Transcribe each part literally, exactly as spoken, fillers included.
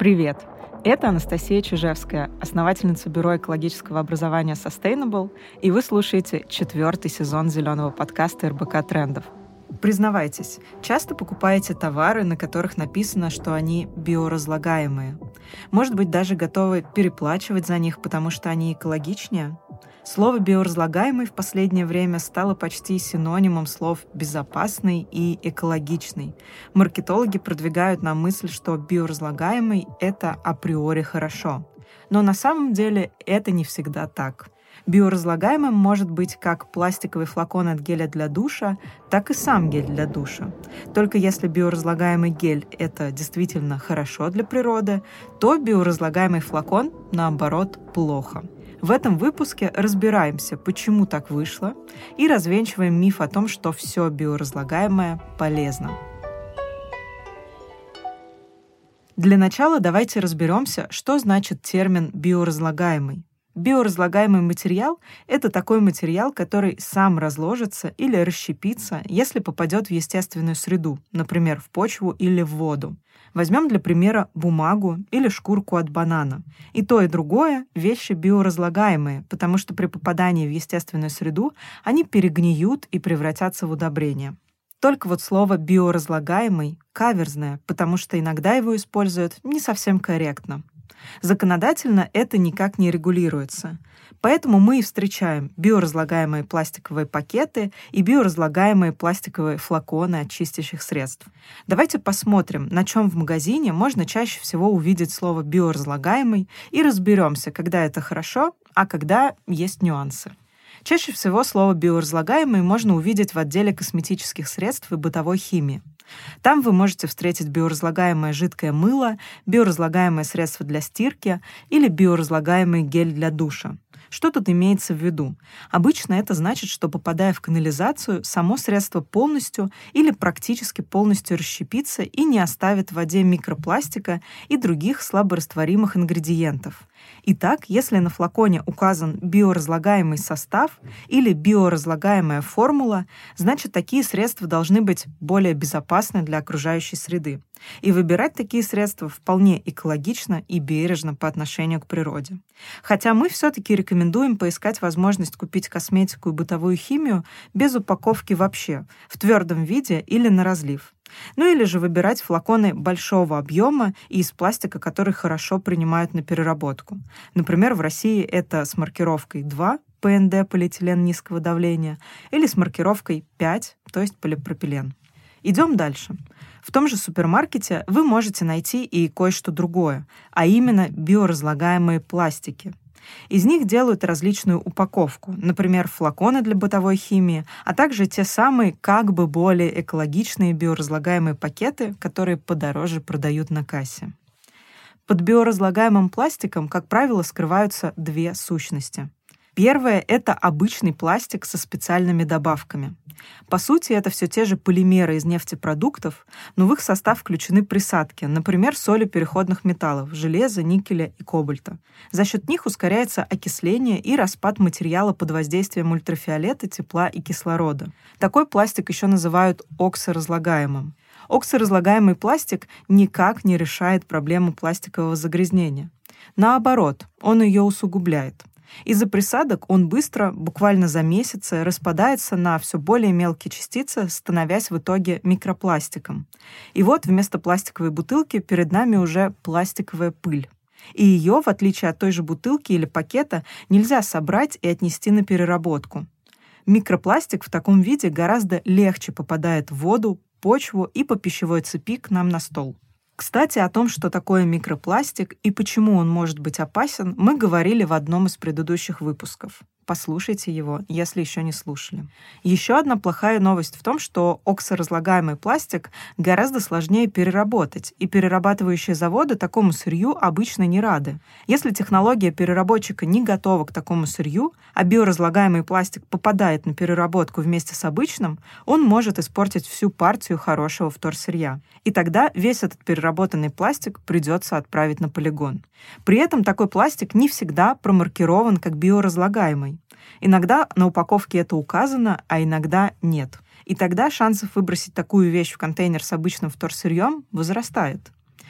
Привет! Это Анастасия Чижевская, основательница бюро экологического образования Sustainable, и вы слушаете четвертый сезон зеленого подкаста эр бэ ка Трендов. Признавайтесь, часто покупаете товары, на которых написано, что они биоразлагаемые. Может быть, даже готовы переплачивать за них, потому что они экологичнее? Слово «биоразлагаемый» в последнее время стало почти синонимом слов «безопасный» и «экологичный». Маркетологи продвигают нам мысль, что биоразлагаемый — это априори хорошо. Но на самом деле это не всегда так. Биоразлагаемым может быть как пластиковый флакон от геля для душа, так и сам гель для душа. Только если биоразлагаемый гель — это действительно хорошо для природы, то биоразлагаемый флакон, наоборот, плохо. В этом выпуске разбираемся, почему так вышло, и развенчиваем миф о том, что все биоразлагаемое полезно. Для начала давайте разберемся, что значит термин «биоразлагаемый». Биоразлагаемый материал — это такой материал, который сам разложится или расщепится, если попадет в естественную среду, например, в почву или в воду. Возьмем для примера бумагу или шкурку от банана. И то, и другое — вещи биоразлагаемые, потому что при попадании в естественную среду они перегниют и превратятся в удобрения. Только вот слово «биоразлагаемый» каверзное, потому что иногда его используют не совсем корректно. Законодательно это никак не регулируется. Поэтому мы и встречаем биоразлагаемые пластиковые пакеты и биоразлагаемые пластиковые флаконы от чистящих средств. Давайте посмотрим, на чем в магазине можно чаще всего увидеть слово «биоразлагаемый» и разберемся, когда это хорошо, а когда есть нюансы. Чаще всего слово «биоразлагаемый» можно увидеть в отделе косметических средств и бытовой химии. Там вы можете встретить биоразлагаемое жидкое мыло, биоразлагаемое средство для стирки или биоразлагаемый гель для душа. Что тут имеется в виду? Обычно это значит, что, попадая в канализацию, само средство полностью или практически полностью расщепится и не оставит в воде микропластика и других слаборастворимых ингредиентов. Итак, если на флаконе указан биоразлагаемый состав или биоразлагаемая формула, значит, такие средства должны быть более безопасны для окружающей среды. И выбирать такие средства вполне экологично и бережно по отношению к природе. Хотя мы все-таки рекомендуем поискать возможность купить косметику и бытовую химию без упаковки вообще, в твердом виде или на разлив. Ну или же выбирать флаконы большого объема и из пластика, который хорошо принимают на переработку. Например, в России это с маркировкой два, пэ эн дэ, полиэтилен низкого давления, или с маркировкой пять, то есть полипропилен. Идем дальше. В том же супермаркете вы можете найти и кое-что другое, а именно биоразлагаемые пластики. Из них делают различную упаковку, например, флаконы для бытовой химии, а также те самые как бы более экологичные биоразлагаемые пакеты, которые подороже продают на кассе. Под биоразлагаемым пластиком, как правило, скрываются две сущности. Первое — это обычный пластик со специальными добавками. По сути, это все те же полимеры из нефтепродуктов, но в их состав включены присадки, например, соли переходных металлов — железа, никеля и кобальта. За счет них ускоряется окисление и распад материала под воздействием ультрафиолета, тепла и кислорода. Такой пластик еще называют оксоразлагаемым. Оксоразлагаемый пластик никак не решает проблему пластикового загрязнения. Наоборот, он ее усугубляет. Из-за присадок он быстро, буквально за месяцы, распадается на все более мелкие частицы, становясь в итоге микропластиком. И вот вместо пластиковой бутылки перед нами уже пластиковая пыль. И ее, в отличие от той же бутылки или пакета, нельзя собрать и отнести на переработку. Микропластик в таком виде гораздо легче попадает в воду, почву и по пищевой цепи к нам на стол. Кстати, о том, что такое микропластик и почему он может быть опасен, мы говорили в одном из предыдущих выпусков. Послушайте его, если еще не слушали. Еще одна плохая новость в том, что оксоразлагаемый пластик гораздо сложнее переработать, и перерабатывающие заводы такому сырью обычно не рады. Если технология переработчика не готова к такому сырью, а биоразлагаемый пластик попадает на переработку вместе с обычным, он может испортить всю партию хорошего вторсырья. И тогда весь этот переработанный пластик придется отправить на полигон. При этом такой пластик не всегда промаркирован как биоразлагаемый. Иногда на упаковке это указано, а иногда нет. И тогда шансов выбросить такую вещь в контейнер с обычным вторсырьем возрастает.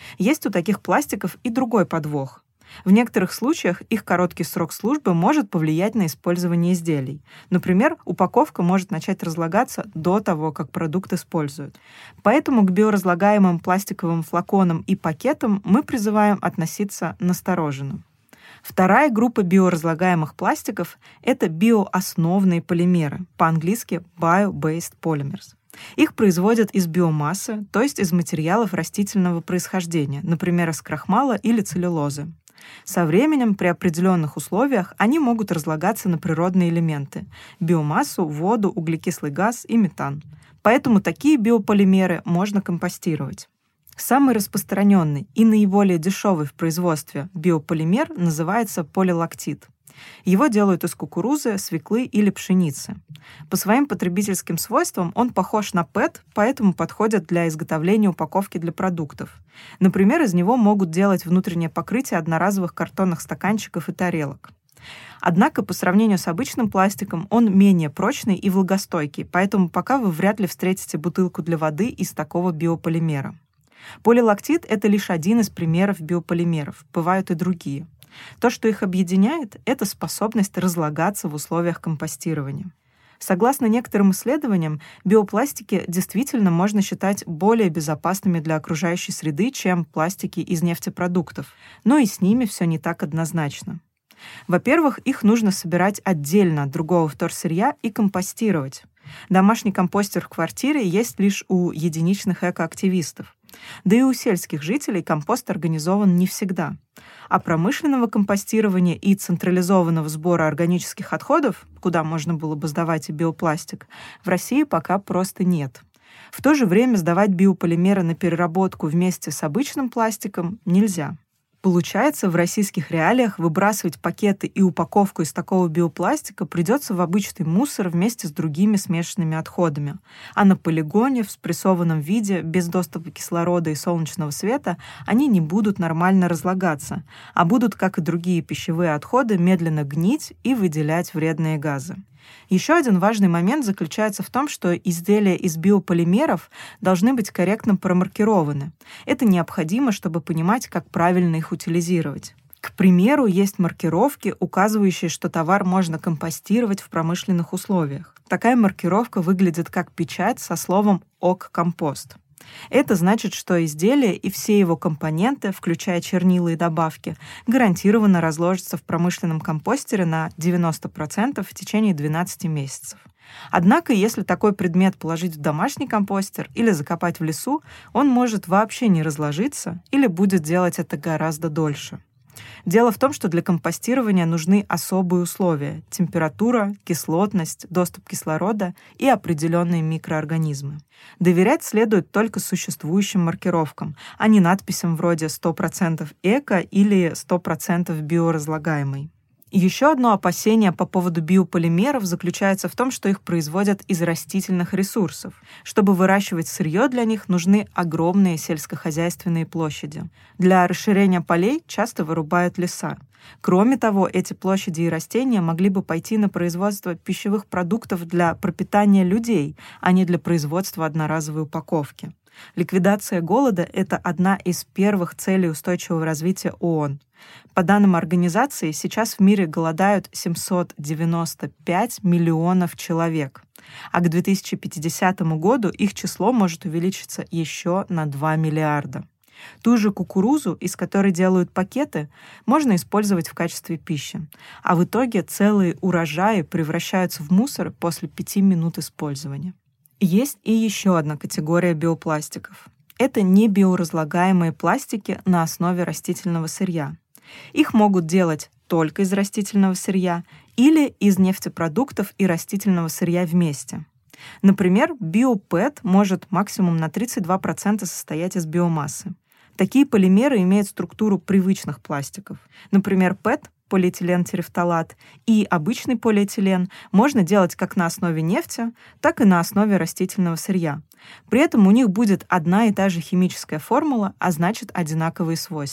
Есть у таких пластиков и другой подвох. В некоторых случаях их короткий срок службы может повлиять на использование изделий. Например, упаковка может начать разлагаться до того, как продукт используют. Поэтому к биоразлагаемым пластиковым флаконам и пакетам мы призываем относиться настороженно. Вторая группа биоразлагаемых пластиков — это биоосновные полимеры, по-английски bio-based polymers. Их производят из биомассы, то есть из материалов растительного происхождения, например, из крахмала или целлюлозы. Со временем при определенных условиях они могут разлагаться на природные элементы — биомассу, воду, углекислый газ и метан. Поэтому такие биополимеры можно компостировать. Самый распространенный и наиболее дешевый в производстве биополимер называется полилактид. Его делают из кукурузы, свеклы или пшеницы. По своим потребительским свойствам он похож на пэт, поэтому подходит для изготовления упаковки для продуктов. Например, из него могут делать внутреннее покрытие одноразовых картонных стаканчиков и тарелок. Однако по сравнению с обычным пластиком он менее прочный и влагостойкий, поэтому пока вы вряд ли встретите бутылку для воды из такого биополимера. Полилактид — это лишь один из примеров биополимеров, бывают и другие. То, что их объединяет, это способность разлагаться в условиях компостирования. Согласно некоторым исследованиям, биопластики действительно можно считать более безопасными для окружающей среды, чем пластики из нефтепродуктов, но и с ними все не так однозначно. Во-первых, их нужно собирать отдельно от другого вторсырья и компостировать. Домашний компостер в квартире есть лишь у единичных экоактивистов. Да и у сельских жителей компост организован не всегда. А промышленного компостирования и централизованного сбора органических отходов, куда можно было бы сдавать и биопластик, в России пока просто нет. В то же время сдавать биополимеры на переработку вместе с обычным пластиком нельзя. Получается, в российских реалиях выбрасывать пакеты и упаковку из такого биопластика придется в обычный мусор вместе с другими смешанными отходами. А на полигоне, в спрессованном виде, без доступа кислорода и солнечного света, они не будут нормально разлагаться, а будут, как и другие пищевые отходы, медленно гнить и выделять вредные газы. Еще один важный момент заключается в том, что изделия из биополимеров должны быть корректно промаркированы. Это необходимо, чтобы понимать, как правильно их утилизировать. К примеру, есть маркировки, указывающие, что товар можно компостировать в промышленных условиях. Такая маркировка выглядит как печать со словом «ок-компост». Это значит, что изделие и все его компоненты, включая чернила и добавки, гарантированно разложатся в промышленном компостере на девяносто процентов в течение двенадцати месяцев. Однако, если такой предмет положить в домашний компостер или закопать в лесу, он может вообще не разложиться или будет делать это гораздо дольше. Дело в том, что для компостирования нужны особые условия — температура, кислотность, доступ кислорода и определенные микроорганизмы. Доверять следует только существующим маркировкам, а не надписям вроде «сто процентов эко» или «сто процентов биоразлагаемый». Еще одно опасение по поводу биополимеров заключается в том, что их производят из растительных ресурсов. Чтобы выращивать сырье, для них нужны огромные сельскохозяйственные площади. Для расширения полей часто вырубают леса. Кроме того, эти площади и растения могли бы пойти на производство пищевых продуктов для пропитания людей, а не для производства одноразовой упаковки. Ликвидация голода — это одна из первых целей устойчивого развития ООН. По данным организации, сейчас в мире голодают семьсот девяносто пять миллионов человек, а к две тысячи пятидесятому году их число может увеличиться еще на два миллиарда. Ту же кукурузу, из которой делают пакеты, можно использовать в качестве пищи, а в итоге целые урожаи превращаются в мусор после пяти минут использования. Есть и еще одна категория биопластиков. Это небиоразлагаемые пластики на основе растительного сырья. Их могут делать только из растительного сырья или из нефтепродуктов и растительного сырья вместе. Например, биопэт может максимум на тридцать два процента состоять из биомассы. Такие полимеры имеют структуру привычных пластиков. Например, пэт, полиэтилен-терефталат, и обычный полиэтилен можно делать как на основе нефти, так и на основе растительного сырья. При этом у них будет одна и та же химическая формула, а значит одинаковые свойства.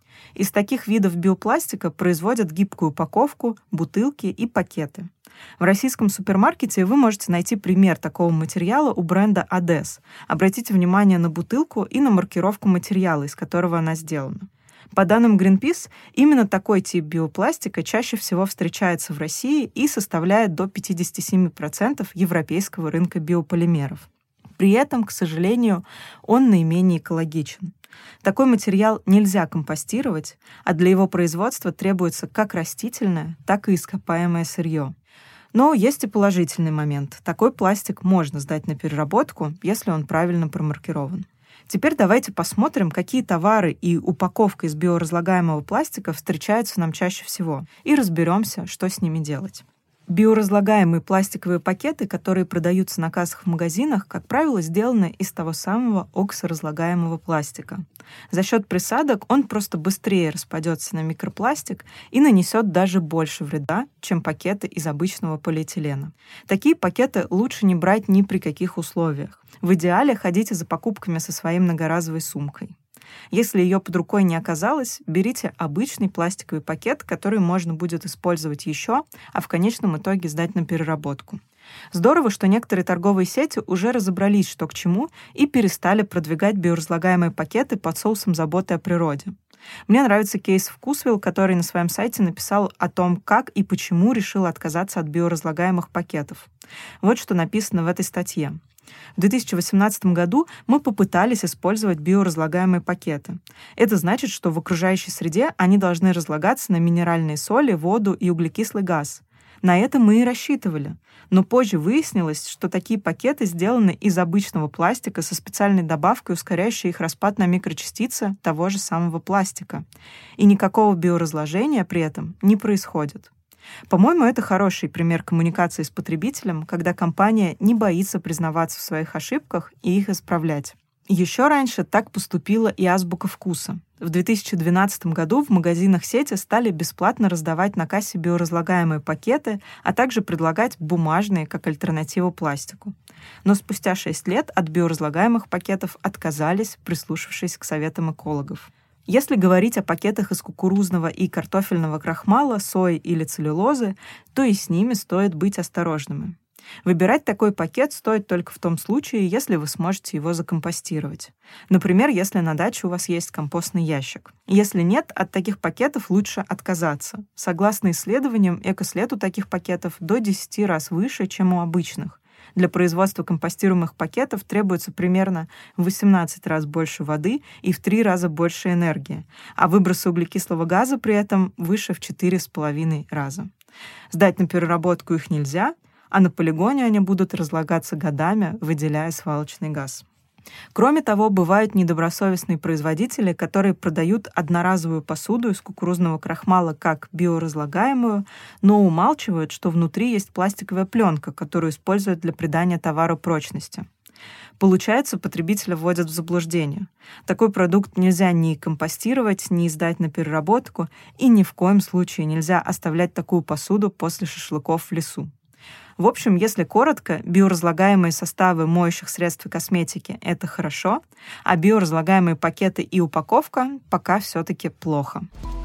Из таких видов биопластика производят гибкую упаковку, бутылки и пакеты. В российском супермаркете вы можете найти пример такого материала у бренда Ades. Обратите внимание на бутылку и на маркировку материала, из которого она сделана. По данным Greenpeace, именно такой тип биопластика чаще всего встречается в России и составляет до пятьдесят семь процентов европейского рынка биополимеров. При этом, к сожалению, он наименее экологичен. Такой материал нельзя компостировать, а для его производства требуется как растительное, так и ископаемое сырье. Но есть и положительный момент. Такой пластик можно сдать на переработку, если он правильно промаркирован. Теперь давайте посмотрим, какие товары и упаковка из биоразлагаемого пластика встречаются нам чаще всего, и разберемся, что с ними делать. Биоразлагаемые пластиковые пакеты, которые продаются на кассах в магазинах, как правило, сделаны из того самого оксоразлагаемого пластика. За счет присадок он просто быстрее распадется на микропластик и нанесет даже больше вреда, чем пакеты из обычного полиэтилена. Такие пакеты лучше не брать ни при каких условиях. В идеале ходите за покупками со своей многоразовой сумкой. Если ее под рукой не оказалось, берите обычный пластиковый пакет, который можно будет использовать еще, а в конечном итоге сдать на переработку. Здорово, что некоторые торговые сети уже разобрались, что к чему, и перестали продвигать биоразлагаемые пакеты под соусом заботы о природе. Мне нравится кейс Вкусвилл, который на своем сайте написал о том, как и почему решил отказаться от биоразлагаемых пакетов. Вот что написано в этой статье. В две тысячи восемнадцатом году мы попытались использовать биоразлагаемые пакеты. Это значит, что в окружающей среде они должны разлагаться на минеральные соли, воду и углекислый газ. На это мы и рассчитывали. Но позже выяснилось, что такие пакеты сделаны из обычного пластика со специальной добавкой, ускоряющей их распад на микрочастицы того же самого пластика. И никакого биоразложения при этом не происходит. По-моему, это хороший пример коммуникации с потребителем, когда компания не боится признаваться в своих ошибках и их исправлять. Еще раньше так поступила и Азбука вкуса. В две тысячи двенадцатом году в магазинах сети стали бесплатно раздавать на кассе биоразлагаемые пакеты, а также предлагать бумажные как альтернативу пластику. Но спустя шесть лет от биоразлагаемых пакетов отказались, прислушавшись к советам экологов. Если говорить о пакетах из кукурузного и картофельного крахмала, сои или целлюлозы, то и с ними стоит быть осторожными. Выбирать такой пакет стоит только в том случае, если вы сможете его закомпостировать. Например, если на даче у вас есть компостный ящик. Если нет, от таких пакетов лучше отказаться. Согласно исследованиям, экослед у таких пакетов до десяти раз выше, чем у обычных. Для производства компостируемых пакетов требуется примерно в восемнадцать раз больше воды и в три раза больше энергии, а выбросы углекислого газа при этом выше в четыре с половиной раза. Сдать на переработку их нельзя, а на полигоне они будут разлагаться годами, выделяя свалочный газ. Кроме того, бывают недобросовестные производители, которые продают одноразовую посуду из кукурузного крахмала как биоразлагаемую, но умалчивают, что внутри есть пластиковая пленка, которую используют для придания товару прочности. Получается, потребителя вводят в заблуждение. Такой продукт нельзя ни компостировать, ни сдать на переработку, и ни в коем случае нельзя оставлять такую посуду после шашлыков в лесу. В общем, если коротко, биоразлагаемые составы моющих средств и косметики — это хорошо, а биоразлагаемые пакеты и упаковка пока все-таки плохо.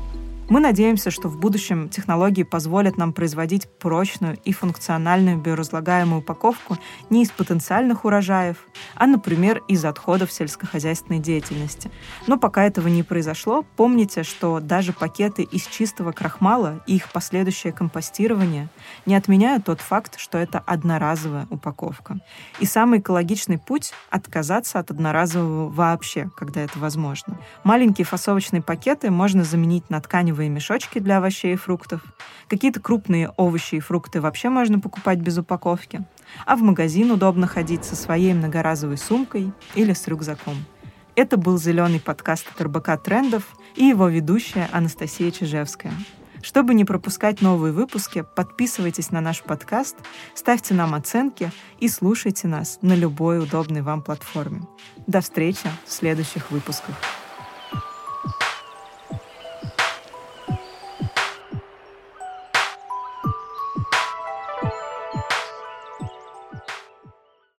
Мы надеемся, что в будущем технологии позволят нам производить прочную и функциональную биоразлагаемую упаковку не из потенциальных урожаев, а, например, из отходов сельскохозяйственной деятельности. Но пока этого не произошло, помните, что даже пакеты из чистого крахмала и их последующее компостирование не отменяют тот факт, что это одноразовая упаковка. И самый экологичный путь — отказаться от одноразового вообще, когда это возможно. Маленькие фасовочные пакеты можно заменить на тканевые мешочки для овощей и фруктов. Какие-то крупные овощи и фрукты вообще можно покупать без упаковки. А в магазин удобно ходить со своей многоразовой сумкой или с рюкзаком. Это был «Зеленый подкаст» от эр бэ ка Трендов и его ведущая Анастасия Чижевская. Чтобы не пропускать новые выпуски, подписывайтесь на наш подкаст, ставьте нам оценки и слушайте нас на любой удобной вам платформе. До встречи в следующих выпусках.